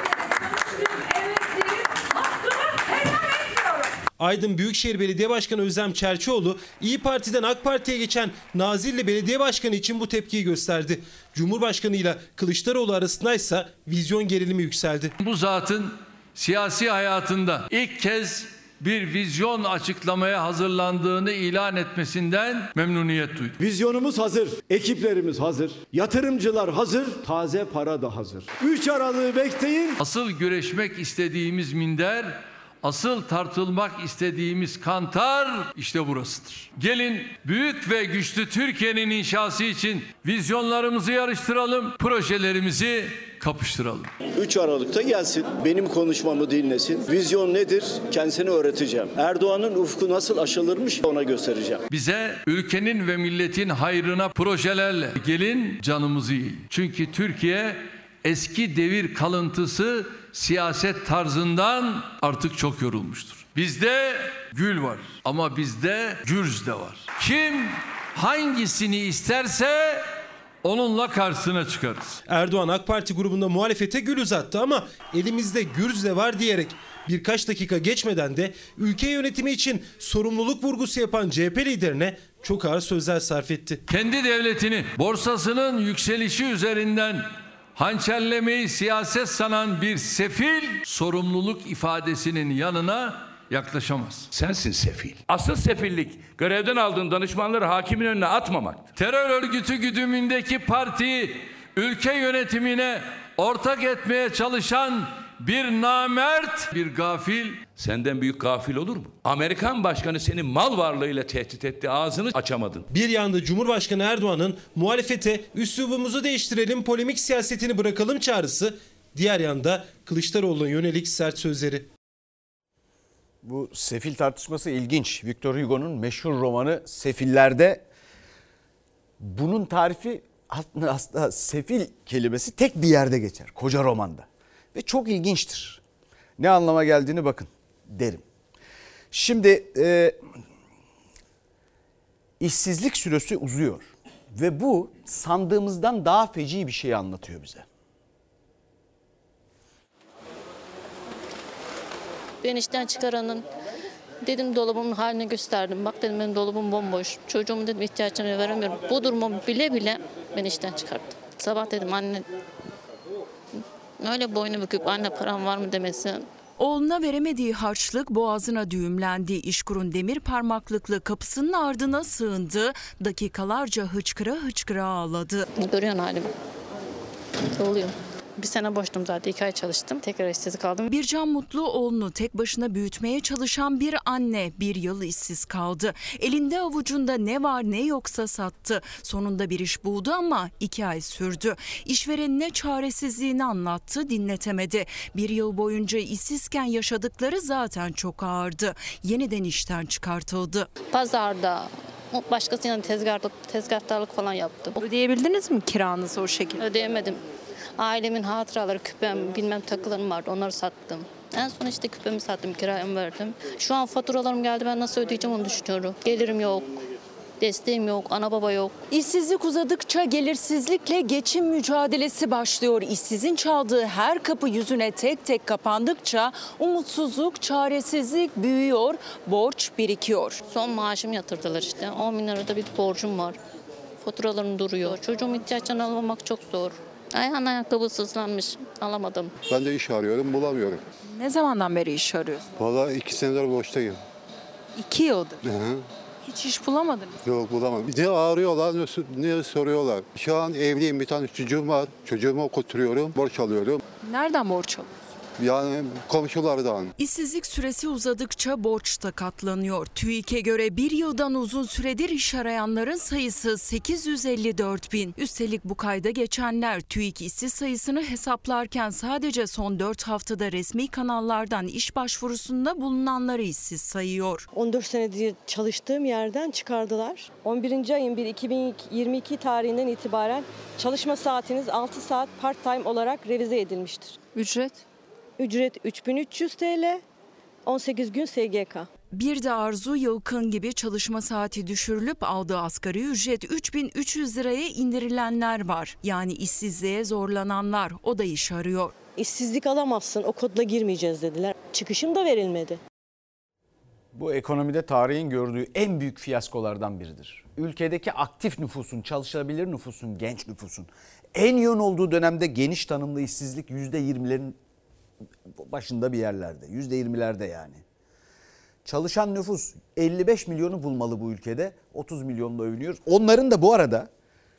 Aydın Büyükşehir Belediye Başkanı Özlem Çerçioğlu, İyi Parti'den AK Parti'ye geçen Nazilli Belediye Başkanı için bu tepkiyi gösterdi. Cumhurbaşkanı ile Kılıçdaroğlu arasındaysa vizyon gerilimi yükseldi. Bu zatın siyasi hayatında ilk kez bir vizyon açıklamaya hazırlandığını ilan etmesinden memnuniyet duydum. Vizyonumuz hazır, ekiplerimiz hazır, yatırımcılar hazır, taze para da hazır. üç Aralık'ı bekleyin. Asıl güreşmek istediğimiz minder, asıl tartılmak istediğimiz kantar işte burasıdır. Gelin büyük ve güçlü Türkiye'nin inşası için vizyonlarımızı yarıştıralım, projelerimizi kapıştıralım. üç Aralık'ta gelsin, benim konuşmamı dinlesin. Vizyon nedir? Kendisine öğreteceğim. Erdoğan'ın ufku nasıl aşılırmış ona göstereceğim. Bize ülkenin ve milletin hayrına projelerle gelin canımızı yiyin. Çünkü Türkiye eski devir kalıntısı siyaset tarzından artık çok yorulmuştur. Bizde gül var ama bizde gürz de var. Kim hangisini isterse onunla karşısına çıkarız. Erdoğan AK Parti grubunda muhalefete gül uzattı ama elimizde gürz de var diyerek birkaç dakika geçmeden de ülke yönetimi için sorumluluk vurgusu yapan C H P liderine çok ağır sözler sarf etti. Kendi devletini borsasının yükselişi üzerinden hançerlemeyi siyaset sanan bir sefil sorumluluk ifadesinin yanına yaklaşamaz. Sensin sefil. Asıl sefillik görevden aldığın danışmanları hakimin önüne atmamaktır. Terör örgütü güdümündeki partiyi ülke yönetimine ortak etmeye çalışan bir namert, bir gafil. Senden büyük gafil olur mu? Amerikan başkanı seni mal varlığıyla tehdit etti, ağzını açamadın. Bir yanda Cumhurbaşkanı Erdoğan'ın muhalefete üslubumuzu değiştirelim, polemik siyasetini bırakalım çağrısı, diğer yanda Kılıçdaroğlu'na yönelik sert sözleri. Bu sefil tartışması ilginç. Victor Hugo'nun meşhur romanı Sefiller'de bunun tarifi aslında sefil kelimesi tek bir yerde geçer. Koca romanda. Ve çok ilginçtir. Ne anlama geldiğini bakın derim. Şimdi e, işsizlik süresi uzuyor. Ve bu sandığımızdan daha feci bir şey anlatıyor bize. Ben işten çıkaranın dedim dolabımın halini gösterdim. Bak dedim benim dolabım bomboş. Çocuğumun dedim ihtiyaçlarını veremiyorum. Bu durumu bile bile ben işten çıkarttım. Sabah dedim anne öyle boynu büküp anne param var mı demesi. Oğluna veremediği harçlık boğazına düğümlendi. İşkur'un demir parmaklıklı kapısının ardına sığındı. Dakikalarca hıçkıra hıçkıra ağladı. Görüyorsun halimi. Oluyor. Bir sene boştum zaten. iki ay çalıştım. Tekrar işsiz kaldım. Bircan Mutlu oğlunu tek başına büyütmeye çalışan bir anne bir yıl işsiz kaldı. Elinde avucunda ne var ne yoksa sattı. Sonunda bir iş buldu ama iki ay sürdü. İşverenine çaresizliğini anlattı, dinletemedi. Bir yıl boyunca işsizken yaşadıkları zaten çok ağırdı. Yeniden işten çıkartıldı. Pazarda başkasıyla tezgahtarlık, tezgahtarlık falan yaptım. Ödeyebildiniz mi kiranızı o şekilde? Ödeyemedim. Ailemin hatıraları, küpem, bilmem takılarım vardı. Onları sattım. En son işte küpemi sattım, kiramı verdim. Şu an faturalarım geldi. Ben nasıl ödeyeceğim onu düşünüyorum. Gelirim yok. Desteğim yok, ana baba yok. İşsizlik uzadıkça gelirsizlikle geçim mücadelesi başlıyor. İşsizin çaldığı her kapı yüzüne tek tek kapandıkça umutsuzluk, çaresizlik büyüyor, borç birikiyor. Son maaşımı yatırdılar işte. on bin lirada bir borcum var. Faturalarım duruyor. Çocuğumun ihtiyaçlarını almamak çok zor. Ayağın ayakkabı sızlanmış, alamadım. Ben de iş arıyorum, bulamıyorum. Ne zamandan beri iş arıyorsun? Vallahi iki senedir boştayım. İki yıldır. Hı hı. Hiç iş bulamadınız. Yok bulamadım. Ne ağrıyorlar ne, ne soruyorlar. Şu an evliyim, bir tane çocuğum var. Çocuğumu okutuyorum, borç alıyorum. Nereden borç alıyorsunuz? Yani komşulardan. İşsizlik süresi uzadıkça borç da katlanıyor. TÜİK'e göre bir yıldan uzun süredir iş arayanların sayısı sekiz yüz elli dört bin. Üstelik bu kayda geçenler TÜİK işsiz sayısını hesaplarken sadece son dört haftada resmi kanallardan iş başvurusunda bulunanları işsiz sayıyor. on dört senedir çalıştığım yerden çıkardılar. on birinci ayın bir iki bin yirmi iki tarihinden itibaren çalışma saatiniz altı saat part-time olarak revize edilmiştir. Ücret? Ücret üç bin üç yüz TL, on sekiz gün S G K. Bir de Arzu Yılkın gibi çalışma saati düşürülüp aldığı asgari ücret üç bin üç yüz liraya indirilenler var. Yani işsizliğe zorlananlar, o da iş arıyor. İşsizlik alamazsın, o kodla girmeyeceğiz dediler. Çıkışım da verilmedi. Bu ekonomide tarihin gördüğü en büyük fiyaskolardan biridir. Ülkedeki aktif nüfusun, çalışabilir nüfusun, genç nüfusun en yoğun olduğu dönemde geniş tanımlı işsizlik yüzde yirmilerin başında bir yerlerde. yüzde yirmilerde yani. Çalışan nüfus elli beş milyonu bulmalı bu ülkede. otuz milyonla övünüyoruz. Onların da bu arada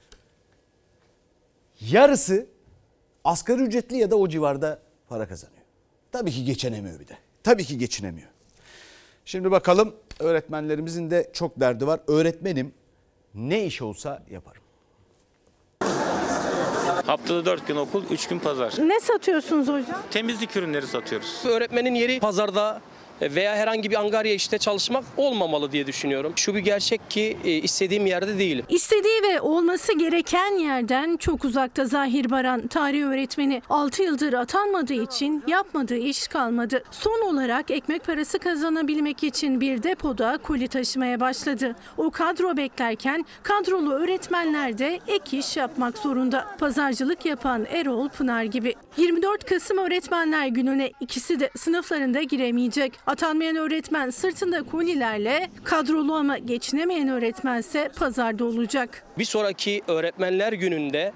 yarısı asgari ücretli ya da o civarda para kazanıyor. Tabii ki geçinemiyor bir de. Tabii ki geçinemiyor. Şimdi bakalım, öğretmenlerimizin de çok derdi var. Öğretmenim, ne iş olsa yaparım. Haftada dört gün okul, üç gün pazar. Ne satıyorsunuz hocam? Temizlik ürünleri satıyoruz. Öğretmenin yeri pazarda veya herhangi bir angarya işte çalışmak olmamalı diye düşünüyorum. Şu bir gerçek ki istediğim yerde değilim. İstediği ve olması gereken yerden çok uzakta Zahir Baran, tarih öğretmeni. altı yıldır atanmadığı için yapmadığı iş kalmadı. Son olarak ekmek parası kazanabilmek için bir depoda koli taşımaya başladı. O kadro beklerken kadrolu öğretmenler de ek iş yapmak zorunda. Pazarcılık yapan Erol Pınar gibi. yirmi dört Kasım Öğretmenler Günü'ne ikisi de sınıflarında giremeyecek. Atanmayan öğretmen sırtında kolilerle, kadrolu ama geçinemeyen öğretmense pazarda olacak. Bir sonraki Öğretmenler Günü'nde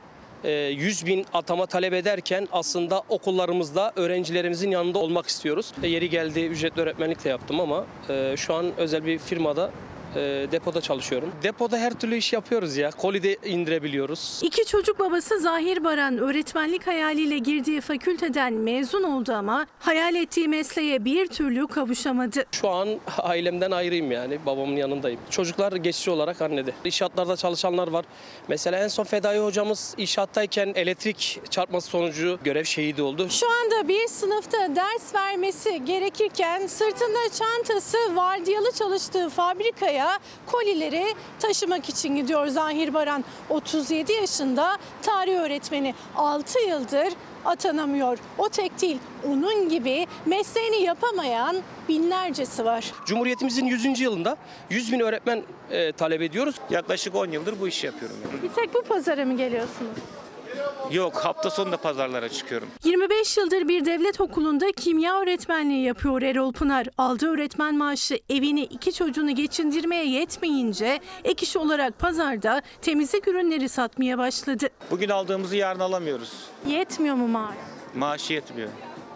yüz bin atama talep ederken aslında okullarımızda öğrencilerimizin yanında olmak istiyoruz. Yeri geldi ücretli öğretmenlik de yaptım ama şu an özel bir firmada depoda çalışıyorum. Depoda her türlü iş yapıyoruz ya. Koli de indirebiliyoruz. İki çocuk babası Zahir Baran öğretmenlik hayaliyle girdiği fakülteden mezun oldu ama hayal ettiği mesleğe bir türlü kavuşamadı. Şu an ailemden ayrıyım yani. Babamın yanındayım. Çocuklar geçici olarak annede. İnşaatlarda çalışanlar var. Mesela en son Fedai hocamız inşaattayken elektrik çarpması sonucu görev şehidi oldu. Şu anda bir sınıfta ders vermesi gerekirken sırtında çantası vardiyalı çalıştığı fabrikaya kolileri taşımak için gidiyor Zahir Baran. otuz yedi yaşında tarih öğretmeni, altı yıldır atanamıyor. O tek değil, onun gibi mesleğini yapamayan binlercesi var. Cumhuriyetimizin yüzüncü yılında yüz bin öğretmen e, talep ediyoruz. Yaklaşık on yıldır bu işi yapıyorum. Yani. Bir tek bu pazara mı geliyorsunuz? Yok, hafta sonu da pazarlara çıkıyorum. yirmi beş yıldır bir devlet okulunda kimya öğretmenliği yapıyor Erol Pınar. Aldığı öğretmen maaşı evini, iki çocuğunu geçindirmeye yetmeyince ek iş olarak pazarda temizlik ürünleri satmaya başladı. Bugün aldığımızı yarın alamıyoruz. Yetmiyor mu maaş? Maaşı yetmiyor.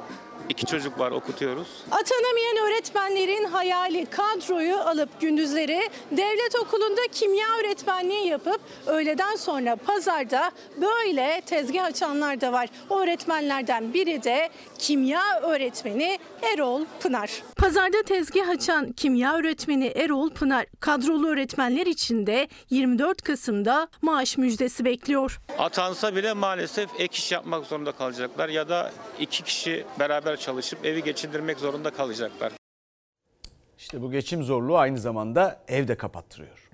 İki çocuk var, okutuyoruz. Atanamayan öğretmenlerin hayali kadroyu alıp gündüzleri devlet okulunda kimya öğretmenliği yapıp öğleden sonra pazarda böyle tezgah açanlar da var. O öğretmenlerden biri de kimya öğretmeni Erol Pınar. Pazarda tezgah açan kimya öğretmeni Erol Pınar kadrolu öğretmenler için de yirmi dört Kasım'da maaş müjdesi bekliyor. Atansa bile maalesef ek iş yapmak zorunda kalacaklar ya da iki kişi beraber çalışıp evi geçindirmek zorunda kalacaklar. İşte bu geçim zorluğu aynı zamanda evde kapattırıyor.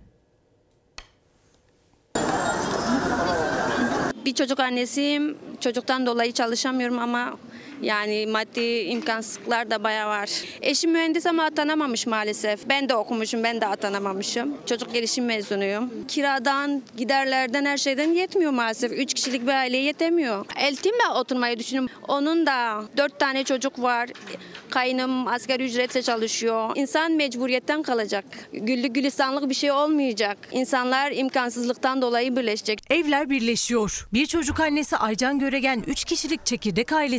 Bir çocuk annesiyim. Çocuktan dolayı çalışamıyorum ama yani maddi imkansızlıklar da bayağı var. Eşim mühendis ama atanamamış maalesef. Ben de okumuşum, ben de atanamamışım. Çocuk gelişim mezunuyum. Kiradan, giderlerden, her şeyden yetmiyor maalesef. Üç kişilik bir aileye yetemiyor. Eltimle oturmayı düşünüyorum. Onun da dört tane çocuk var. Kaynım asgari ücretle çalışıyor. İnsan mecburiyetten kalacak. Güllük gülistanlık bir şey olmayacak. İnsanlar imkansızlıktan dolayı birleşecek. Evler birleşiyor. Bir çocuk annesi Aycan Göregen üç kişilik çekirdek ailesiyle birlikte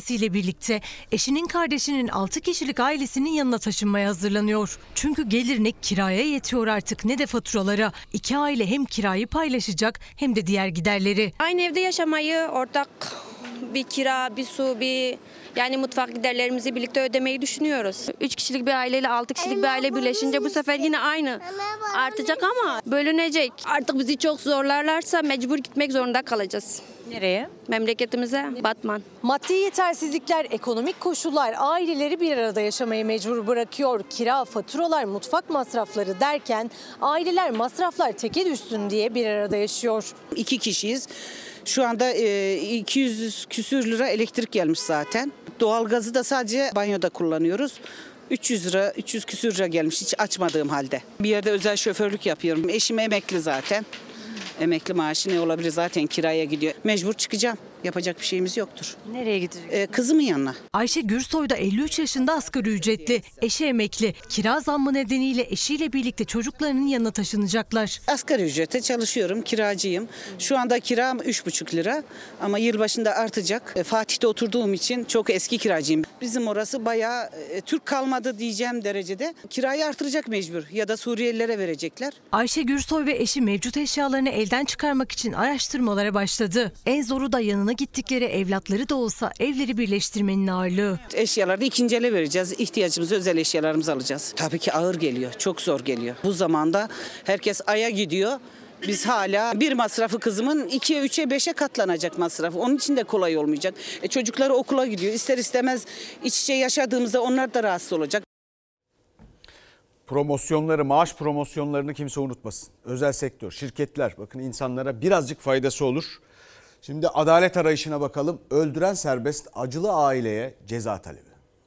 birlikte eşinin kardeşinin altı kişilik ailesinin yanına taşınmaya hazırlanıyor. Çünkü gelir ne kiraya yetiyor artık ne de faturalara. İki aile hem kirayı paylaşacak hem de diğer giderleri. Aynı evde yaşamayı, ortak bir kira, bir su, bir yani mutfak giderlerimizi birlikte ödemeyi düşünüyoruz. Üç kişilik bir aileyle altı kişilik bir aile birleşince bu sefer yine aynı artacak ama bölünecek. Artık bizi çok zorlarlarsa mecbur gitmek zorunda kalacağız. Nereye? Memleketimize, Batman. Maddi yetersizlikler, ekonomik koşullar aileleri bir arada yaşamaya mecbur bırakıyor. Kira, faturalar, mutfak masrafları derken aileler masraflar teke düşsün diye bir arada yaşıyor. İki kişiyiz. Şu anda iki yüz küsür lira elektrik gelmiş zaten. Doğalgazı da sadece banyoda kullanıyoruz. üç yüz lira, üç yüz küsür lira gelmiş hiç açmadığım halde. Bir yerde özel şoförlük yapıyorum. Eşim emekli zaten. Emekli maaşı ne olabilir, zaten kiraya gidiyor. Mecbur çıkacağım. Yapacak bir şeyimiz yoktur. Nereye gidecek? Ee, kızımın yanına. Ayşe Gürsoy da elli üç yaşında, asgari ücretli. Eşi emekli. Kira zammı nedeniyle eşiyle birlikte çocuklarının yanına taşınacaklar. Asgari ücrete çalışıyorum, kiracıyım. Şu anda kiram üç buçuk lira ama yılbaşında artacak. E, Fatih'te oturduğum için çok eski kiracıyım. Bizim orası bayağı e, Türk kalmadı diyeceğim derecede. Kirayı artıracak mecbur ya da Suriyelilere verecekler. Ayşe Gürsoy ve eşi mevcut eşyalarını elden çıkarmak için araştırmalara başladı. En zoru da yanına gittikleri evlatları da olsa evleri birleştirmenin ağırlığı. Eşyalarda ikinci ele vereceğiz. İhtiyacımızı, özel eşyalarımızı alacağız. Tabii ki ağır geliyor. Çok zor geliyor. Bu zamanda herkes aya gidiyor. Biz hala bir masrafı kızımın ikiye, üçe, beşe katlanacak masrafı. Onun için de kolay olmayacak. E, çocukları okula gidiyor. İster istemez iç içe yaşadığımızda onlar da rahatsız olacak. Promosyonları, maaş promosyonlarını kimse unutmasın. Özel sektör, şirketler, bakın insanlara birazcık faydası olur. Şimdi adalet arayışına bakalım. Öldüren serbest, acılı aileye ceza talebi.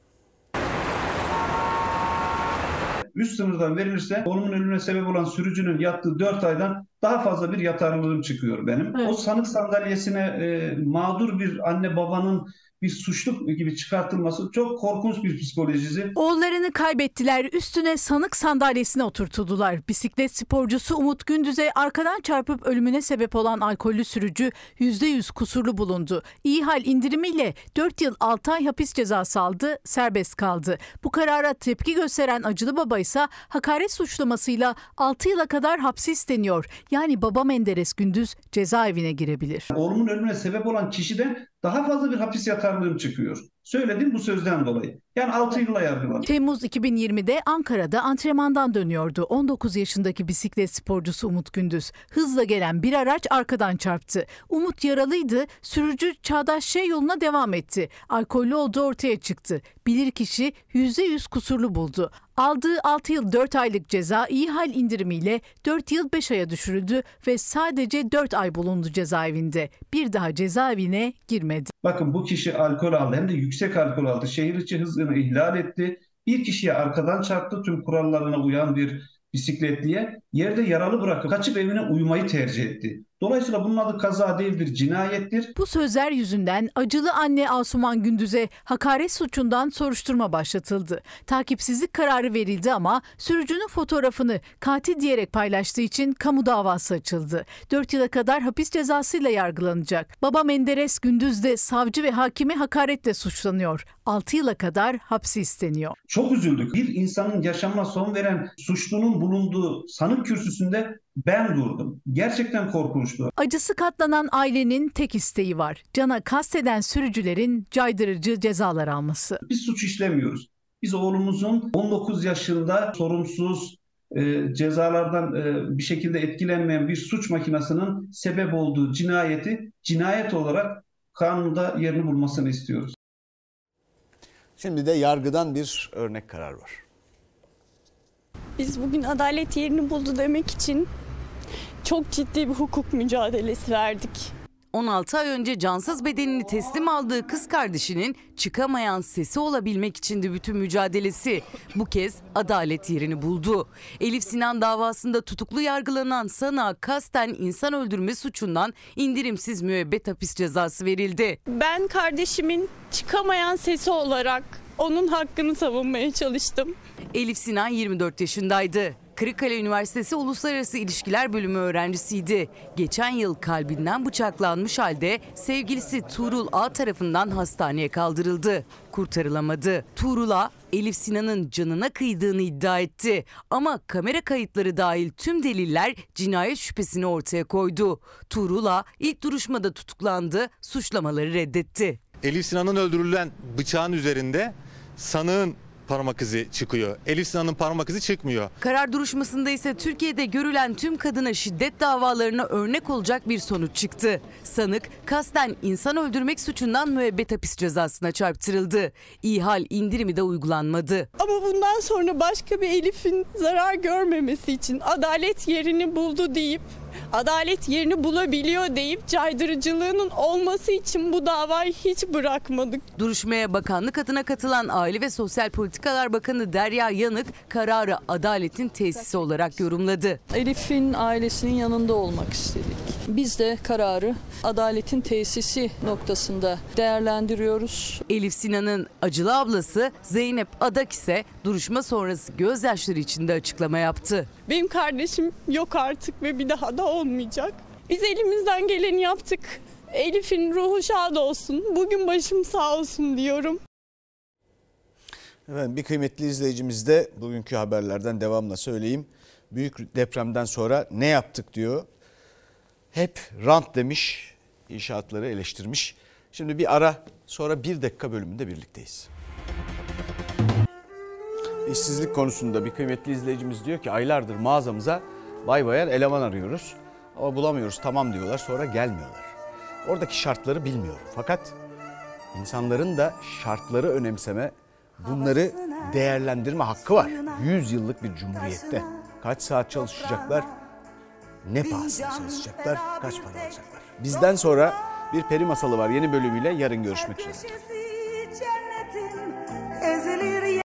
Üst sınırdan verilirse oğlumun ölümüne sebep olan sürücünün yattığı dört aydan daha fazla bir yatarlılığım çıkıyor benim. Evet. O sanık sandalyesine e, mağdur bir anne babanın bir suçluk gibi çıkartılması çok korkunç bir psikolojisi. Oğullarını kaybettiler, üstüne sanık sandalyesine oturtuldular. Bisiklet sporcusu Umut Gündüz'e arkadan çarpıp ölümüne sebep olan alkollü sürücü yüzde yüz kusurlu bulundu. İyi hal indirimiyle dört yıl altı ay hapis cezası aldı, serbest kaldı. Bu karara tepki gösteren acılı baba ise hakaret suçlamasıyla altı yıla kadar hapsi isteniyor. Yani baba Menderes Gündüz cezaevine girebilir. Oğlumun ölümüne sebep olan kişiden daha fazla bir hapis yatarlığım çıkıyor. Söyledim bu sözden dolayı. Yani altı yıla yargılandı. Temmuz iki bin yirmide Ankara'da antrenmandan dönüyordu. on dokuz yaşındaki bisiklet sporcusu Umut Gündüz. Hızla gelen bir araç arkadan çarptı. Umut yaralıydı. Sürücü Çağdaş Şey yoluna devam etti. Alkollü olduğu ortaya çıktı. Bilirkişi yüzde yüz kusurlu buldu. Aldığı altı yıl dört aylık ceza iyi hal indirimiyle dört yıl beş aya düşürüldü ve sadece dört ay bulundu cezaevinde. Bir daha cezaevine girmedi. Bakın bu kişi alkol aldı, hem de yüksek alkol aldı. Şehir içi hızını ihlal etti. Bir kişiye arkadan çarptı, tüm kurallarına uyan bir bisikletliye. Yerde yaralı bırakıp kaçıp evine uyumayı tercih etti. Dolayısıyla bunun adı kaza değildir, cinayettir. Bu sözler yüzünden acılı anne Asuman Gündüz'e hakaret suçundan soruşturma başlatıldı. Takipsizlik kararı verildi ama sürücünün fotoğrafını katil diyerek paylaştığı için kamu davası açıldı. dört yıla kadar hapis cezasıyla yargılanacak. Baba Menderes Gündüz de savcı ve hakime hakaretle suçlanıyor. altı yıla kadar hapsi isteniyor. Çok üzüldük. Bir insanın yaşamına son veren suçlunun bulunduğu sanık kürsüsünde ben durdum. Gerçekten korkunçtu. Acısı katlanan ailenin tek isteği var. Cana kasteden sürücülerin caydırıcı cezalar alması. Biz suç işlemiyoruz. Biz oğlumuzun on dokuz yaşında sorumsuz, e, cezalardan e, bir şekilde etkilenmeyen bir suç makinesinin sebep olduğu cinayeti cinayet olarak kanunda yerini bulmasını istiyoruz. Şimdi de yargıdan bir örnek karar var. Biz bugün adalet yerini buldu demek için çok ciddi bir hukuk mücadelesi verdik. on altı ay önce cansız bedenini teslim aldığı kız kardeşinin çıkamayan sesi olabilmek içindi bütün mücadelesi. Bu kez adalet yerini buldu. Elif Sinan davasında tutuklu yargılanan sanığa kasten insan öldürme suçundan indirimsiz müebbet hapis cezası verildi. Ben kardeşimin çıkamayan sesi olarak onun hakkını savunmaya çalıştım. Elif Sinan yirmi dört yaşındaydı. Kırıkkale Üniversitesi Uluslararası İlişkiler Bölümü öğrencisiydi. Geçen yıl kalbinden bıçaklanmış halde sevgilisi Tuğrul A tarafından hastaneye kaldırıldı. Kurtarılamadı. Tuğrul A, Elif Sinan'ın canına kıydığını iddia etti. Ama kamera kayıtları dahil tüm deliller cinayet şüphesini ortaya koydu. Tuğrul A ilk duruşmada tutuklandı, suçlamaları reddetti. Elif Sinan'ın öldürülen bıçağın üzerinde sanığın parmak izi çıkıyor. Elif Sinan'ın parmak izi çıkmıyor. Karar duruşmasında ise Türkiye'de görülen tüm kadına şiddet davalarına örnek olacak bir sonuç çıktı. Sanık kasten insan öldürmek suçundan müebbet hapis cezasına çarptırıldı. İhal indirimi de uygulanmadı. Ama bundan sonra başka bir Elif'in zarar görmemesi için adalet yerini buldu deyip, adalet yerini bulabiliyor deyip caydırıcılığının olması için bu davayı hiç bırakmadık. Duruşmaya bakanlık adına katılan Aile ve Sosyal Politikalar Bakanı Derya Yanık kararı adaletin tesisi olarak yorumladı. Elif'in ailesinin yanında olmak istedik. Biz de kararı adaletin tesisi noktasında değerlendiriyoruz. Elif Sinan'ın acılı ablası Zeynep Adak ise duruşma sonrası gözyaşları içinde açıklama yaptı. Benim kardeşim yok artık ve bir daha da olmayacak. Biz elimizden geleni yaptık. Elif'in ruhu şad olsun. Bugün başım sağ olsun diyorum. Evet, bir kıymetli izleyicimiz de bugünkü haberlerden devamla söyleyeyim. Büyük depremden sonra ne yaptık diyor. Hep rant demiş, inşaatları eleştirmiş. Şimdi bir ara, sonra bir dakika bölümünde birlikteyiz. İşsizlik konusunda bir kıymetli izleyicimiz diyor ki aylardır mağazamıza bay bayan eleman arıyoruz. Ama bulamıyoruz, tamam diyorlar, sonra gelmiyorlar. Oradaki şartları bilmiyorum. Fakat insanların da şartları önemseme, bunları değerlendirme hakkı var. yüz yıllık bir cumhuriyette kaç saat çalışacaklar, ne pahasına çalışacaklar, kaç para alacaklar. Bizden sonra bir peri masalı var, yeni bölümüyle yarın görüşmek üzere.